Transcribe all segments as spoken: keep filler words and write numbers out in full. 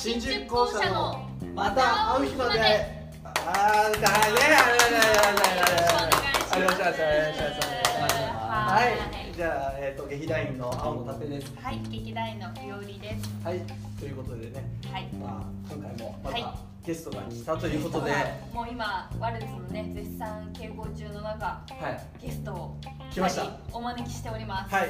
新宿校舎のまた会う日まで。あー、だね、あれだね、あれだね、あれだね、ありがとうございます。はい、じゃあ、えっと、劇団員の青野達です。 はい、劇団員の日和です。 はい、ということでね、 はい、 まあ、今回もまはいたゲストが来たということで、 もう今、ワルツのね、絶賛稽古中の中、 はい、 ゲストを来ました。 お招きしております。 はい、 はい、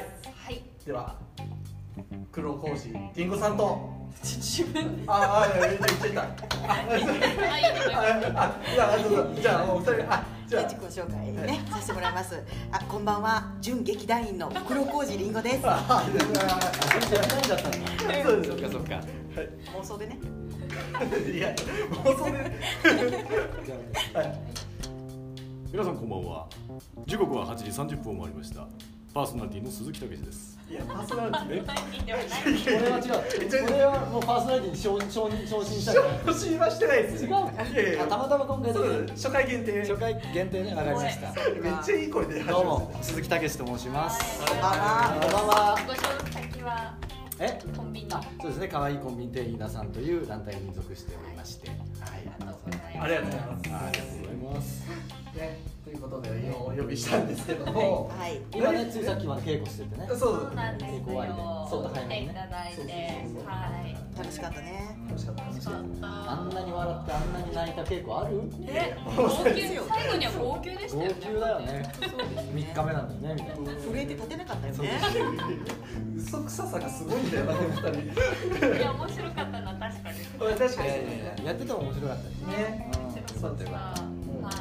では、黒講師りんごさんと、 自分ああ、言っちゃった。あ、いいと思います。あ、じゃあ、どうぞ、じゃあ、もう二人、あ、じゃあ、 自己紹介ね、させてもらいます。あ、こんばんは、準劇団員の黒小路りんごです。 あ、あ、じゃあ、 劇団員だったんだ。 そうです。 そっかそっか。はい。 妄想でね。 いや、妄想で。はい。 皆さんこんばんは。時刻ははちじさんじゅっぷんを回りました。パーソナリティの鈴木武です。 いや、パーソナリティね。 これは違う。これはもうパーソナリティに昇昇昇進したから。 昇進はしてないです。 違う。 いやいや、 たまたま今回で初回限定。 初回限定ね、わかりました。 めっちゃいい声で。 どうも鈴木武と申します。 こんばんは。 こんばんは。 ご紹介はえ、 コンビニの。 そうですね、可愛いコンビニ店員なさんという団体に属しておりまして。はい。 ありがとうございます。 ありがとうございます。 ありがとうございます。 ね、ということでお呼びしたんですけども、 はい。 今ね、ついさっきまで稽古しててね。 そうそうなんですよ。 結構終わりでそうと早めにね来ていただいて、はい。 楽しかったね。 楽しかったです。 ちょっとあんなに笑ってあんなに泣いた稽古ある？ ね、号泣、最後には号泣でしたよね。 号泣だよね。 そうですね。 みっかめなんだよね、みたいな。 震えて立てなかったよね。 嘘くささがすごいんだよな、この二人。 いや、面白かったな、確かに。 確かにやってても面白かったですね。 ね。 そうだよ。 はい。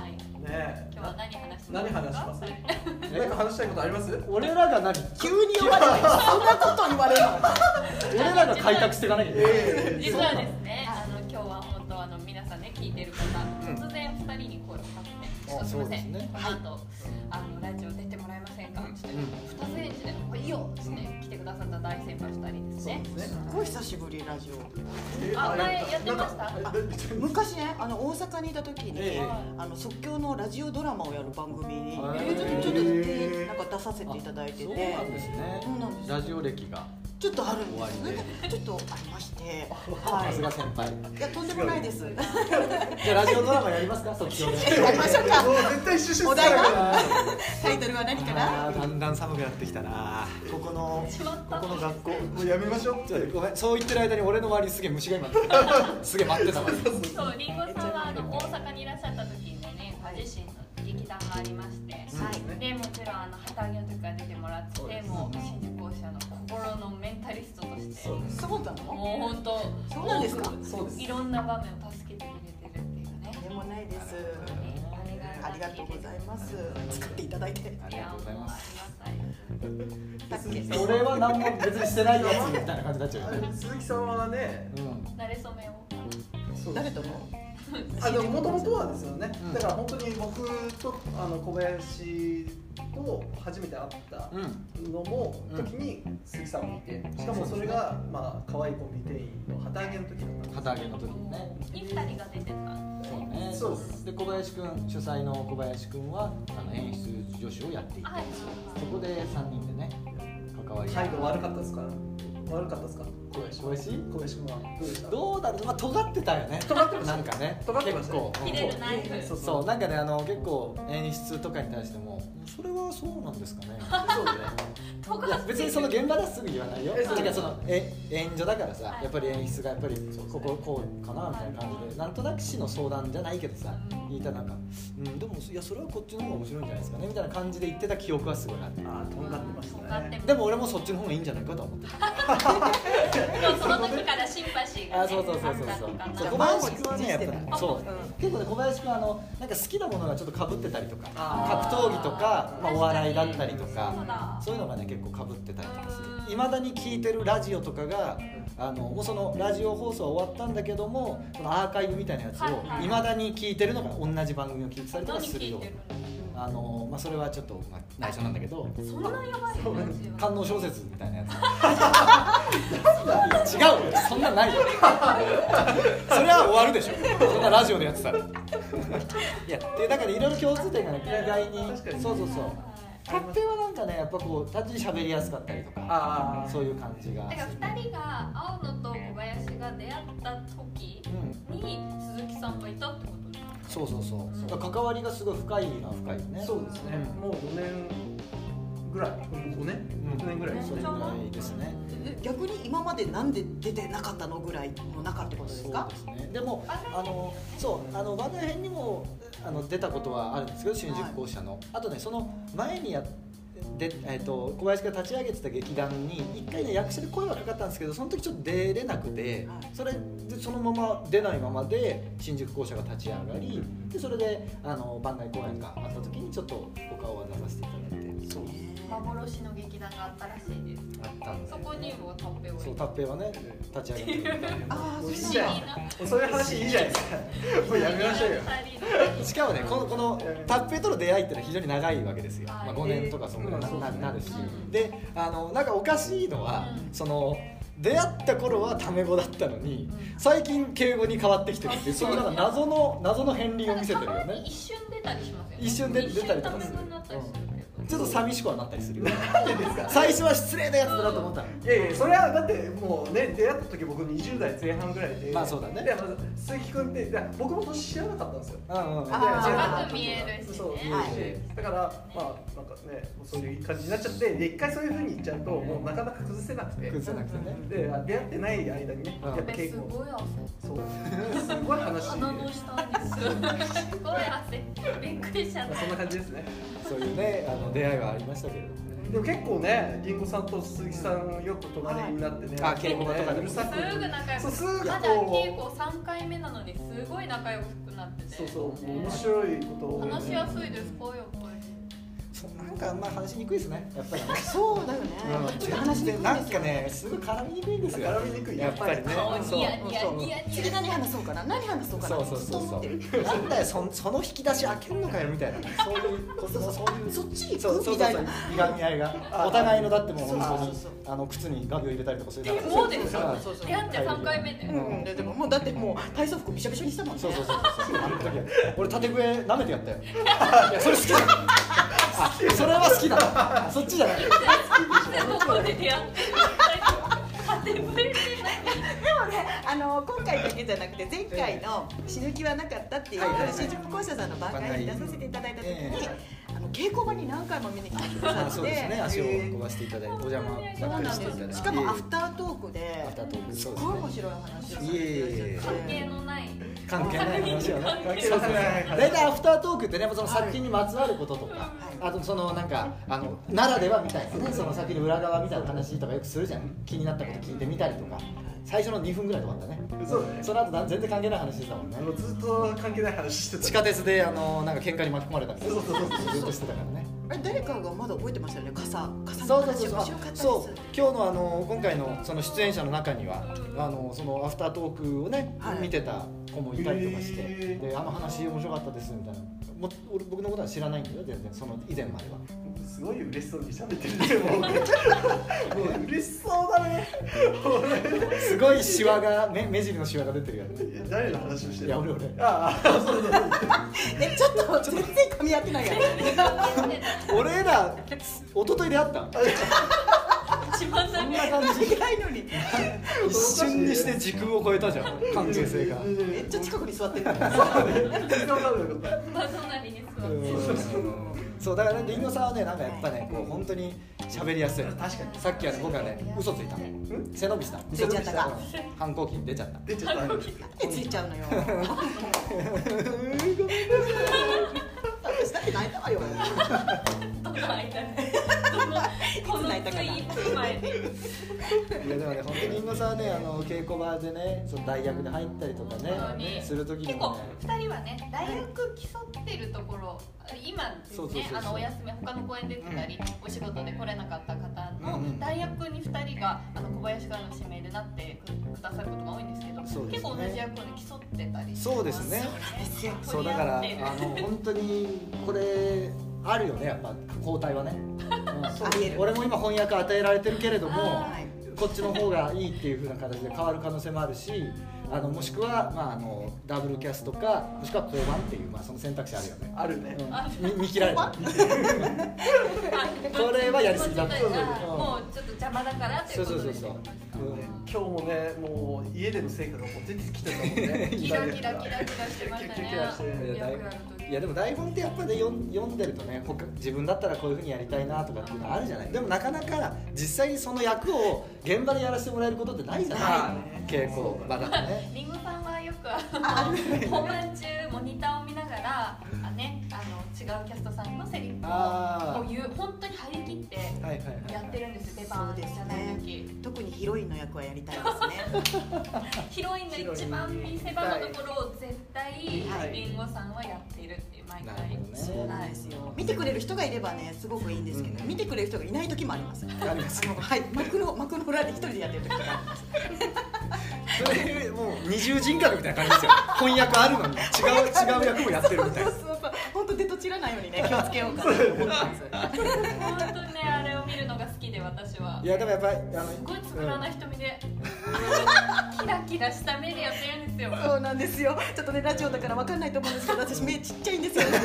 ね。 今日は何話す？ 何話します？何か話したいことあります？ 俺らが何？ 急に呼ばれない。そんなこと言われるの。 俺らが開拓していかなきゃいけない。 実はですね、あの今日は本当あの皆さんね聞いてる方、突然ふたりに声をかけて、ちょっとすみません、この後あのラジオ出てもらえませんかって、ふたつ返事でいいよですね、来てくださった大先輩ふたりですね。 すごい久しぶりラジオ。 あ、前やってました？ 昔ね、あの大阪にいた時に、あの即興のラジオドラマをやる番組にちょっとちょっとなんか出させていただいてて、 そうなんですね。 そうなんです。 ラジオ歴がちょっとあるんですね。ちょっとありまして、はさすが先輩。 い。いやとんでもないです。 じゃあラジオドラマやりますか？即興で。 やりましょうか。 もう絶対シュシュお題はタイトルは何かな？ あーだんだん寒くなってきたな。ここのここの学校。 もうやめましょう。 ちょっとごめん、そう言ってる間に俺の周りにすげえ虫が今すげえ待ってたわ。 そう、りんごさんはあの大阪にいらっしゃった時にね、ご自身の劇団がありまして、はい。でもちろんあの旗揚げの時から出てもらって、もう新宿校舎の心のメンタリストとして、 そうなの？ もう本当そうなんですか？ そうです。 いろんな場面を助けてくれてるっていうね。 でもないです。ありがとうございます。作っていただいて。 ありがとうございます。 そ俺は何も別にしてないやつみたいな感じになっちゃうよね。 鈴木さんはね、 慣れ初めを。 誰との？ あの元々はですよね。だから本当に僕とあの小林と初めて会ったのも時に鈴木さんもいて、しかもそれがまあ可愛いコンビ店員の旗揚げの時だったんです。 旗揚げの時にね。 にふたりが出てた。 そうね。 そうです。 で小林くん主催の小林くんはあの演出助手をやっていて、そこでさんにんでね関わり。 態度悪かったですか？悪かったですか？小林。 小林？ 小林君はどうでした？ どうだろう。まあ尖ってたよね。 尖ってました。 なんかね。 尖ってました。 結構。 切れるナイフ。 そうそう、なんかね、あの結構演出とかに対してもそれはそうなんですかね。 そうね。 いや別にその現場ではすぐ言わないよ。なんかそのえ演者だからさ、やっぱり演出がやっぱりこここうかなみたいな感じで、なんとなく市の相談じゃないけどさ、言いたらなんか、うんでもいやそれはこっちの方が面白いんじゃないですかねみたいな感じで言ってた記憶はすごいあって。 ああ、とんがってましたね。 でも俺もそっちの方がいいんじゃないかと思ってた。 その時からシンパシーが、ね、 あ、そうそうそうそうそう。小林君はね、やっぱりそう、結構ね小林君はあのなんか好きなものがちょっと被ってたりとか、格闘技とか、まあ、お笑いだったりとか、そういうのがね結構被ってたりとかする。未だに聞いてるラジオとかが、あのもうそのラジオ放送は終わったんだけども、そのアーカイブみたいなやつを未だに聞いてるのが同じ番組を聞いてたりとかするような。あのまあそれはちょっとまあ内緒なんだけど、 そんなやばいの？ 官能小説みたいなやつ。違うよ、そんなんないよ。それは終わるでしょ。そんなラジオでやってたら。いや、でだからいろいろ共通点がね、意外に、そうそうそう。 タッペはなんかねやっぱこう単純に喋りやすかったりとか、あそういう感じが。 だからふたりが青野と小林が出会った時に鈴木さんがいたってことですか？ そうそうそう。だから関わりがすごい深いのは深いよね。 そうですね。もうごねんぐらい、ごねん、ろくねんぐらいですね。 ぐらいですね。 逆に今までなんで出てなかったのぐらいの中ってことですか？ そうですね。でもあのそうあの番外編にもあの出たことはあるんですけど、新宿校舎の、はい、あとねその前にやでえー、と小林が立ち上げてた劇団に一回ね役者で声はかかったんですけど、その時ちょっと出れなくて、はい、それでそのまま出ないままで新宿校舎が立ち上がり、でそれであの番外公演があった時にちょっとお顔を出させていただいて。そう幻の劇団があったらしいです。 あったんで、 そこにもタッペを。 そうタッペはね立ち上がって。 ああ、いいじゃん。そういう話いいじゃないですか。もうやめましょうよ。 しかもねこのこのタッペとの出会いってのは非常に長いわけですよ。まあごねんとかそんぐらいになるし、であのなんかおかしいのはその。出会った頃はタメ語だったのに、最近敬語に変わってきてるっていう、そういうなんか謎の謎の片鱗を見せてるよね。 一瞬出たりしますよね。 一瞬で出たりとかする。ちょっと寂しくはなったりするよ。 なんでですか？ 最初は失礼なやつだなと思ったの。 いやいや、それはだってもうね、出会った時僕にじゅう代前半ぐらいで。 まあそうだね。 で、まず鈴木君って僕も年知らなかったんですよ。 うんうん。 若く見えるしね。 そう見えるし、だからまあなんかね、そういう感じになっちゃって、で一回そういう風に言っちゃうともうなかなか崩せなくて。 崩せなくてね。 で、出会ってない間にね、やっぱ結構。すごい汗。 そう。すごい話。 鼻の下にすごい汗。びっくりしちゃった。 そんな感じですね。 そういうねあの出会いはありましたけれども。 でも結構ね、りんごさんと鈴木さんよく隣になってね、 あ、稽古場とかでうるさくすぐ仲良く、 そうすぐこうまだ稽古さんかいめなのにすごい仲良くなってて、 そうそう、面白いことを話しやすいです。こういう声そうなんかまあ話しにくいですね、やっぱりね。 そうだよね。 ちょっと話しにくいなんかね、すごい絡みにくいんですよ。 絡みにくいやっぱりね。 そう。 次何話そうかな、何話そうかな。 そうそうそうそう。なんだよそその引き出し開けんのかよみたいな。そういうことそういうそっちにそうそうそういがみ合いがお互いのだってもう本当にあの靴にガビを入れたりとかそういう。 そうですよ。出会ってさんかいめで。 うん。でももうだってもう体操服びしょびしょにしたもんね。 そうそうそうそう。あの時俺縦笛舐めてやったよ。いやそれ好きだ。あ、それは好きだ。そっちじゃない。 どこで出会って縦笛でもね、 あの今回だけじゃなくて前回の死ぬ気はなかったっていう新宿校舎さんの番外に出させていただいた時に、あの稽古場に何回も見に来てくださって、 そうですね、足を運ばせていただいてお邪魔そうなんです。しかもアフタートークで、 アフタートークすごい面白い話をされて関係のない関係ない話をね。大体アフタートークってね、その作品にまつわることとか、あとそのなんかあのならではみたいなね、その先の裏側みたいな話とかよくするじゃん。気になったこと聞いてみたりとか。最初のにふんぐらいで終わったね。 そうね。 その後全然関係ない話してたもんね。 ずっと関係ない話してた。 地下鉄であのなんか喧嘩に巻き込まれたりとか。 そうそうそうずっとしてたからね。 あれ誰かがまだ覚えてましたよね。傘傘そうのそうそうそう。 話面白かったです。 そう今日のあの今回のその出演者の中にはあのそのアフタートークをね、はい、見てた子もいたりとかして、であの話面白かったですみたいな。も俺僕のことは知らないんだよ全然その以前までは。 すごい嬉しそうに喋ってるねもう。もう嬉しそうだね。 すごいシワが目目尻のシワが出てるやつ。 誰の話をしてる？ いや俺俺。 ああそうそうそう。 えちょっと全然噛み合ってないやん。 俺ら一昨日出会った。 一番そんな感じ。 ないのに。 一瞬にして時空を超えたじゃん関係性が。 めっちゃ近くに座ってる。 真隣に座って。 そうだからりんごさんはねなんかやっぱねこう本当に喋りやすい。確かにさっきはね僕はね嘘ついた背伸びした出ちゃったか反抗期出ちゃった出ちゃったなんでついちゃうのよ私だって泣いたわよどの間でこのツイート前でいやでもね本当にりんごさんはねあの稽古場でねその大学で入ったりとかねする時に結構もねふたりはね大学競ってるところ今ねあのお休み他の公演出てたりお仕事で来れなかった方の大学にふたりがあの小林からの指名でなってくださることが多いんですけど、結構同じ役で競ってたりそうですね。そうだからあの本当にこれあるよねやっぱ交代はね。うん、俺も今翻訳与えられてるけれどもこっちの方がいいっていう風な形で変わる可能性もあるし、あのもしくは、まあ、あのダブルキャストかもしくは交番っていう、まあ、その選択肢あるよね。 あるね、 うん、見切られるこれはやりすぎだ。 もうちょっと邪魔だからっていうことです。 そうそうそうそう、 今日もね、もう家での成果がもう出てきてたもんね。 キラキラキラキラしてましたね。 いやでも台本ってやっぱり、ね、読んでるとね、他自分だったらこういう風にやりたいなとかっていうのあるじゃない。でもなかなか実際にその役を現場でやらせてもらえることってないじゃない。稽古場だとね。 リンゴさんはよく本番中モニターを見ながらあ、ね、あの違うキャストさんのセリフを言う、本当に張り切ってやってるんですよ。出番じゃない時、 特にヒロインの役はやりたいですね。 ヒロインの一番見せ場のところを絶対リンゴさんはやっているっていう、毎回。 そうなんですよ。見てくれる人がいればね、すごくいいんですけど、見てくれる人がいない時もあります。 あります。 はい、幕の幕の裏で一人でやってる時があります。 それもう二重人格みたいな感じですよ。翻訳あるのに違う違う役もやってるみたいな。 そうそうそう、本当出と散らないようにね、気をつけようかなと思ってます。 本当にね、あれを見るのが好きで、私は。 いやでもやっぱりあのすごいつぶらな瞳で、キラキラした目でやってるんですよ。 そうなんですよ。ちょっとね、ラジオだからわかんないと思うんですけど、私目ちっちゃいんですよね。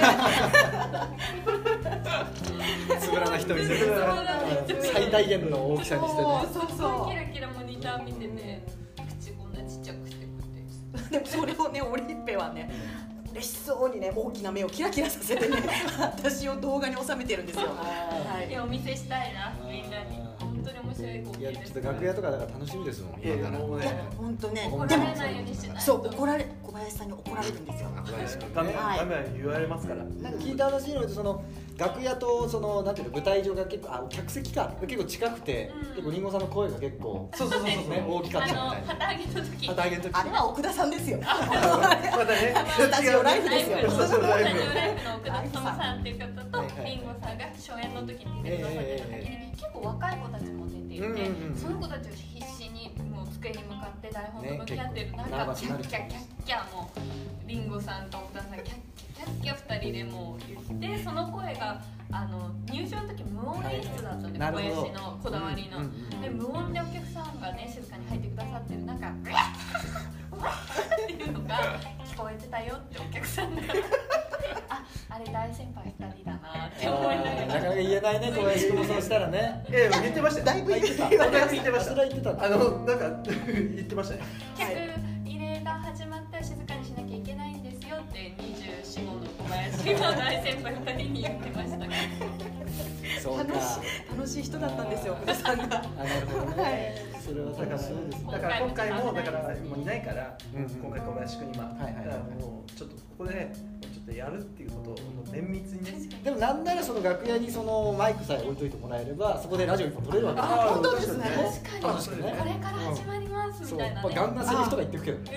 つぶらな瞳で最大限の大きさにしてね。 そうそう。キラキラモニター見てね、口こんなちっちゃくしてくって。 でもそれをね、オリッペはね、嬉しそうにね、大きな目をキラキラさせてね、私を動画に収めてるんですよ。 はい。お見せしたいな、みんなに。本当に面白い光景です。 いや、ちょっと楽屋とかだから楽しみですもん。 いやいや、もうね、 本当ね、 怒られないようにしないと。 そう、怒られ、小林さんに怒られるんですよ。 ダメダメ言われますから。 なんか聞いた話によると、その楽屋とそのなんていうの、舞台上が結構、あ、客席か結構近くて、結構リンゴさんの声が結構そうそうそうそうね、大きかったみたいな。 旗揚げの時。 旗揚げの時。 あれは奥田さんですよ。 またね、 スタジオライブですよ。 スタジオライブ。 スタジオライブの奥田智さんっていう方とリンゴさんが初演の時に出てくださってた時に、結構若い子たちも出ていて、その子たちを必死にもう机に向かって台本と向き合ってる中、キャッキャキャッキャもうリンゴさんと奥田さんキャッキャキャッキャふたりでもう言って、その声があの入場の時無音演出だったんで、小林のこだわりの、で無音でお客さんがね静かに入ってくださってる中、っていうのが聞こえてたよってお客さんがあ、あれ大先輩ふたりだなって思いながら、 なかなか言えないね、小林君もそうしたらね。 ええ、言ってました。 だいぶ言ってた。 だいぶ言ってました。 それは言ってた。 あのなんか言ってましたね。 客入れが始まったら静かにしなきゃいけないんですよってにじゅうよん、ごの小林が大先輩ふたりに言ってましたね。 そうか。 楽しい楽しい人だったんですよ、奥田さんが。 あ、なるほどね。それはだからそうです。 だから今回もだからもういないから、今回小林君今、だからもうちょっとここでね、ちょっとやるっていうことを綿密にね。 でもなんならその楽屋にそのマイクさえ置いといてもらえれば、そこでラジオ一本撮れるわけです。 あ、本当ですね。 確かにこれから始まりますみたいなね。 ガンガンセリフとか言ってるけどね。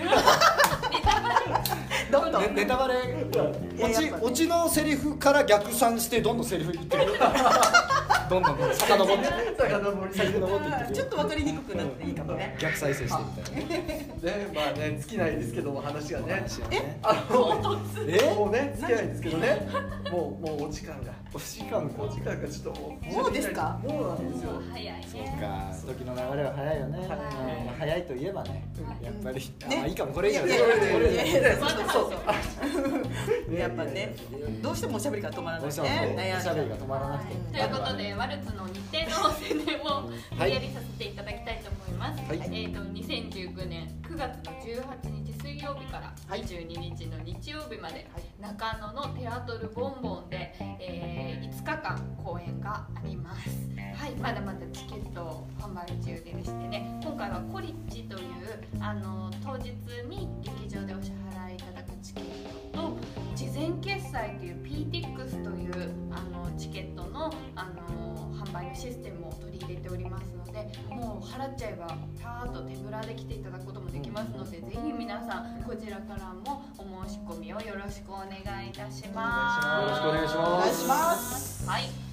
どんどんネタバレ、オチオチのセリフから逆算してどんどんセリフ言ってくる。どんどん遡って遡ってセリフ登っていってくる。 ちょっと分かりにくくなっていいかもね。 逆再生してみたいな。 ね、まあね、尽きないですけども話がね。 え、 あのえ、 もうね、尽きないですけどね。もうもうお時間が。 お時間が。 お時間がちょっともう。 もうですか？ もうなんですよ。 早いね。 そうか、時の流れは早いよね。早いといえばね、やっぱり、あ、いいかも、これいいよね。 やっぱね、どうしてもおしゃべりが止まらないね。 おしゃべりが止まらなくて。 ということで、ワルツの日程の宣伝を無理やりさせていただきたいと思います。えっとにせんじゅうきゅうねんくがつのじゅうはちにち水曜日からにじゅうににちの日曜日まで、中野のテアトルボンボンで、えー、いつかかん公演があります。はい、まだまだチケット販売中でしてね、今回はコリッチというあの当日に劇場でお支払いいただくチケットと、事前決済という ピーティックス というあのチケットの、あの販売のシステムを取り入れておりますので、もう払っちゃえばパーッと手ぶらで来ていただくこともできますので、ぜひ皆さんこちらからもお申し込みをよろしくお願いいたします。 よろしくお願いします。 お願いします。 はい。